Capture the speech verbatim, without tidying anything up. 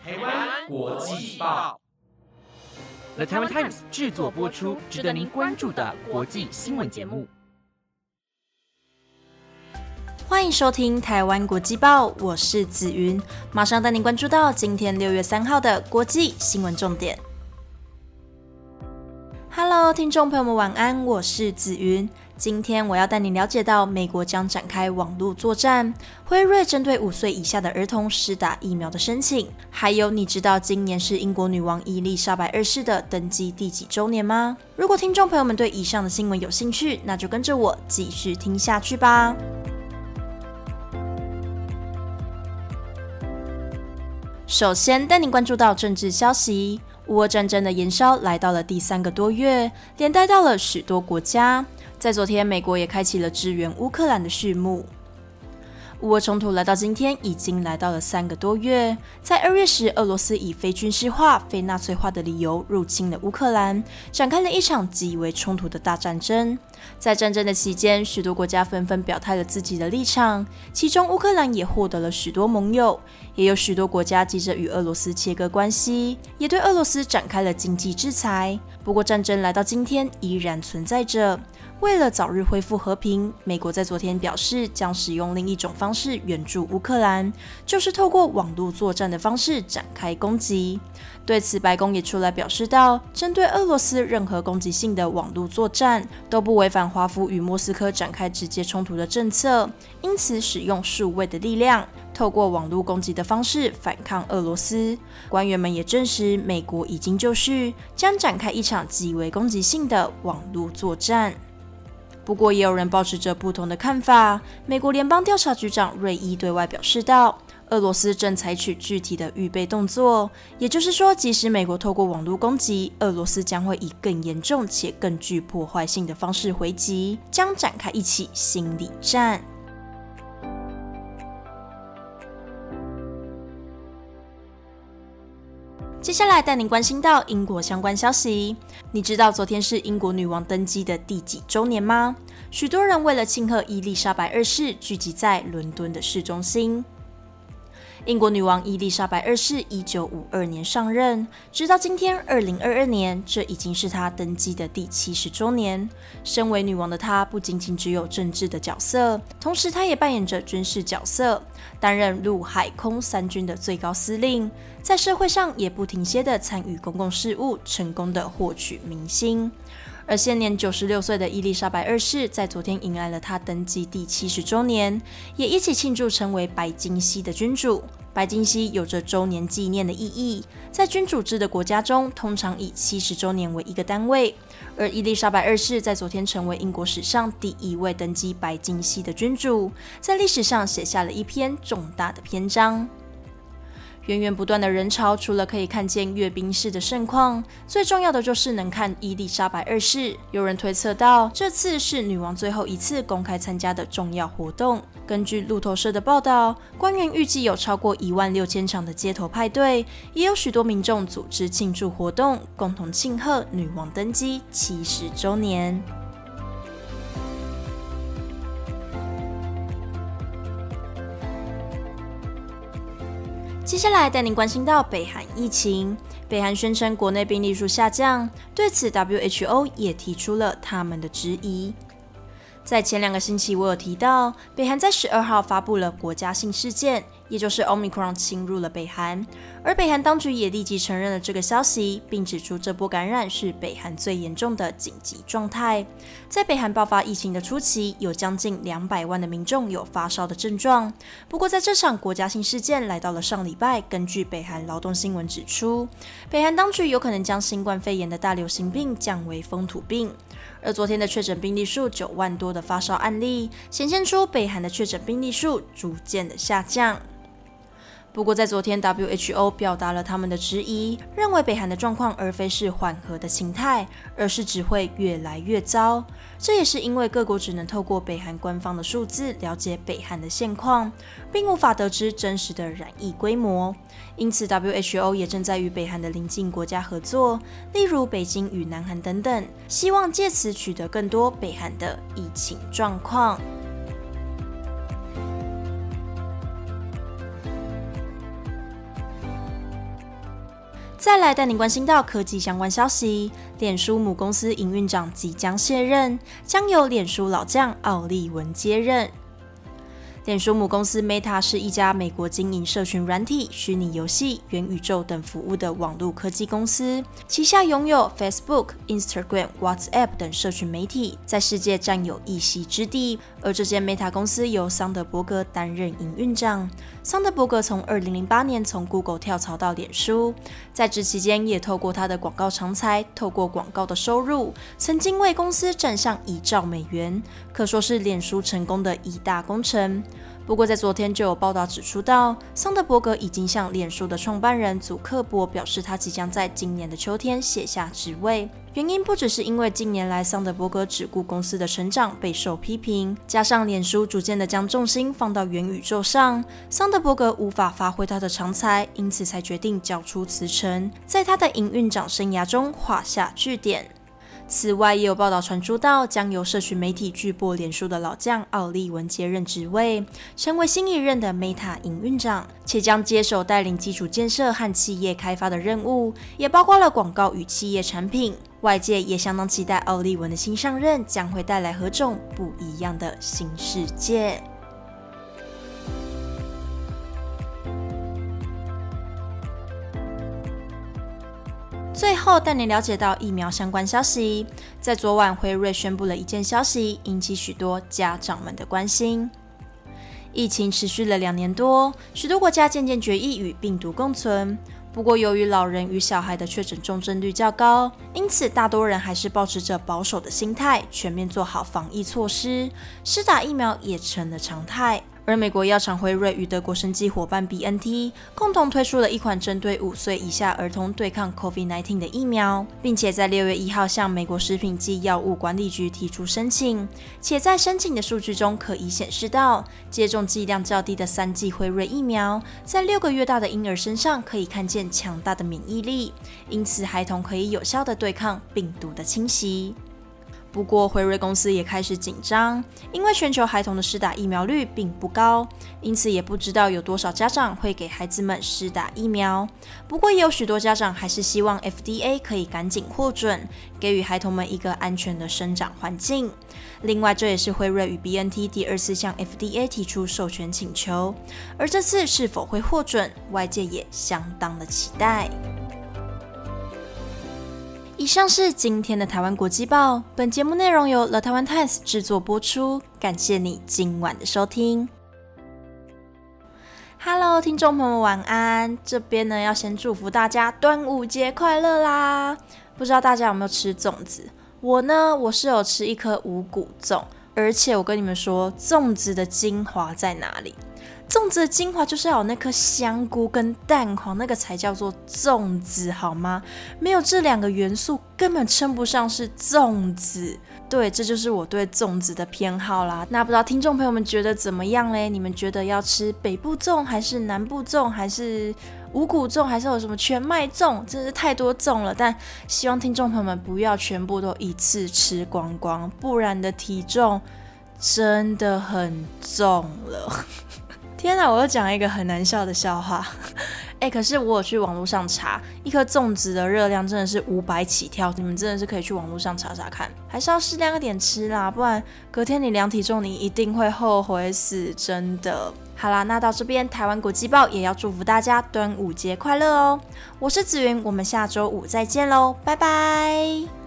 台湾国际报 The Taiwan Times 制作播出，值得您关注的国际新闻节目。 欢迎收听台湾国际报，我是子云，马上带您关注到今天六月三号的国际新闻重点。Hello， 听众朋友们晚安，我是子云。今天我要带你了解到，美国将展开网络作战，辉瑞针对五岁以下的儿童施打疫苗的申请，还有你知道今年是英国女王伊丽莎白二世的登基第几周年吗？如果听众朋友们对以上的新闻有兴趣，那就跟着我继续听下去吧。首先带您关注到政治消息，乌俄战争的延烧来到了第三个多月，连带到了许多国家。在昨天，美国也开启了支援乌克兰的序幕。乌俄冲突来到今天，已经来到了三个多月。在二月时，俄罗斯以非军事化、非纳粹化的理由入侵了乌克兰，展开了一场极为冲突的大战争。在战争的期间，许多国家纷纷表态了自己的立场，其中乌克兰也获得了许多盟友，也有许多国家急着与俄罗斯切割关系，也对俄罗斯展开了经济制裁。不过，战争来到今天依然存在着。为了早日恢复和平，美国在昨天表示将使用另一种方式援助乌克兰，就是透过网络作战的方式展开攻击。对此，白宫也出来表示到，针对俄罗斯任何攻击性的网络作战，都不违反华府与莫斯科展开直接冲突的政策，因此使用数位的力量，透过网络攻击的方式反抗俄罗斯。官员们也证实，美国已经就绪，将展开一场极为攻击性的网络作战。不过，也有人抱持着不同的看法。美国联邦调查局长瑞伊对外表示道，俄罗斯正采取具体的预备动作，也就是说，即使美国透过网络攻击，俄罗斯将会以更严重且更具破坏性的方式回击，将展开一起心理战。接下来带您关心到英国相关消息。你知道昨天是英国女王登基的第几周年吗？许多人为了庆贺伊丽莎白二世，聚集在伦敦的市中心。英国女王伊丽莎白二世一九五二年上任，直到今天二零二二年，这已经是她登基的第七十周年。身为女王的她，不仅仅只有政治的角色，同时她也扮演着军事角色，担任陆海空三军的最高司令，在社会上也不停歇地参与公共事务，成功地获取民心。而现年九十六岁的伊丽莎白二世在昨天迎来了她登基第七十周年，也一起庆祝成为白金禧的君主。白金禧有着周年纪念的意义，在君主制的国家中，通常以七十周年为一个单位。而伊丽莎白二世在昨天成为英国史上第一位登基白金禧的君主，在历史上写下了一篇重大的篇章。源源不断的人潮，除了可以看见阅兵式的盛况，最重要的就是能看伊丽莎白二世。有人推测到，这次是女王最后一次公开参加的重要活动。根据路透社的报道，官员预计有超过一万六千场的街头派对，也有许多民众组织庆祝活动，共同庆贺女王登基七十周年。接下来带您关心到北韩疫情。北韩宣称国内病例数下降，对此 W H O 也提出了他们的质疑。在前两个星期，我有提到，北韩在十二号发布了国家性事件，也就是 Omicron 侵入了北韩，而北韩当局也立即承认了这个消息，并指出这波感染是北韩最严重的紧急状态。在北韩爆发疫情的初期，有将近两百万的民众有发烧的症状。不过，在这场国家性事件来到了上礼拜，根据北韩劳动新闻指出，北韩当局有可能将新冠肺炎的大流行病降为风土病。而昨天的确诊病例数九万多的发烧案例，显现出北韩的确诊病例数逐渐的下降。不过在昨天 W H O 表达了他们的质疑，认为北韩的状况而非是缓和的形态，而是只会越来越糟。这也是因为各国只能透过北韩官方的数字了解北韩的现况，并无法得知真实的染疫规模。因此 W H O 也正在与北韩的邻近国家合作，例如北京与南韩等等，希望借此取得更多北韩的疫情状况。 再来带您关心到科技相关消息，脸书母公司营运长即将卸任，将由脸书老将奥利文接任。脸书母公司 Meta 是一家美国经营社群软体、虚拟游戏、元宇宙等服务的网络科技公司，旗下拥有 Facebook、Instagram、WhatsApp 等社群媒体，在世界占有一席之地。而这间 Meta 公司由桑德伯格担任营运长。桑德伯格从二零零八年从 Google 跳槽到脸书，在职期间也透过他的广告长才，透过广告的收入，曾经为公司赚上一兆美元，可说是脸书成功的一大功臣。不过在昨天就有报道指出到，桑德伯格已经向脸书的创办人祖克伯表示，他即将在今年的秋天卸下职位。原因不只是因为近年来桑德伯格只顾公司的成长备受批评，加上脸书逐渐的将重心放到元宇宙上，桑德伯格无法发挥他的长才，因此才决定交出辞呈，在他的营运长生涯中画下句点。此外，也有报道传出到将由社群媒体巨擘脸书的老将奥利文接任职位，成为新一任的 Meta 营运长，且将接手带领基础建设和企业开发的任务，也包括了广告与企业产品。外界也相当期待奥利文的新上任将会带来何种不一样的新世界。最后带你了解到疫苗相关消息，在昨晚辉瑞宣布了一件消息，引起许多家长们的关心。疫情持续了两年多，许多国家渐渐决议与病毒共存。不过由于老人与小孩的确诊重症率较高，因此大多人还是保持着保守的心态，全面做好防疫措施，施打疫苗也成了常态。而美国药厂辉瑞与德国生技伙伴 B N T 共同推出了一款针对五岁以下儿童对抗 COVID 十九 的疫苗，并且在六月一号向美国食品及药物管理局提出申请，且在申请的数据中可以显示到，接种剂量较低的三剂辉瑞疫苗，在六个月大的婴儿身上可以看见强大的免疫力，因此孩童可以有效地对抗病毒的侵袭。不过，辉瑞公司也开始紧张，因为全球孩童的施打疫苗率并不高，因此也不知道有多少家长会给孩子们施打疫苗。不过，也有许多家长还是希望 F D A 可以赶紧获准，给予孩童们一个安全的生长环境。另外，这也是辉瑞与 B N T 第二次向 F D A 提出授权请求，而这次是否会获准，外界也相当的期待。以上是今天的台湾国际报，本节目内容由 The Taiwan Times 制作播出，感谢你今晚的收听。Hello， 听众朋友们晚安，这边呢要先祝福大家端午节快乐啦！不知道大家有没有吃粽子？我呢，我是有吃一颗五谷粽，而且我跟你们说，粽子的精华在哪里？粽子的精华就是要有那颗香菇跟蛋黄，那个才叫做粽子，好吗？没有这两个元素，根本称不上是粽子。对，这就是我对粽子的偏好啦。那不知道听众朋友们觉得怎么样嘞？你们觉得要吃北部粽，还是南部粽，还是五谷粽，还是有什么全麦粽？真是太多粽了。但希望听众朋友们不要全部都一次吃光光，不然的体重真的很重了。天哪，我又讲一个很难笑的笑话。哎、欸，可是我有去网络上查，一颗粽子的热量真的是五百起跳，你们真的是可以去网络上查查看，还是要适量一点吃啦，不然隔天你量体重，你一定会后悔死，真的。好啦，那到这边台湾国际报也要祝福大家端午节快乐哦！我是子云，我们下周五再见喽，拜拜。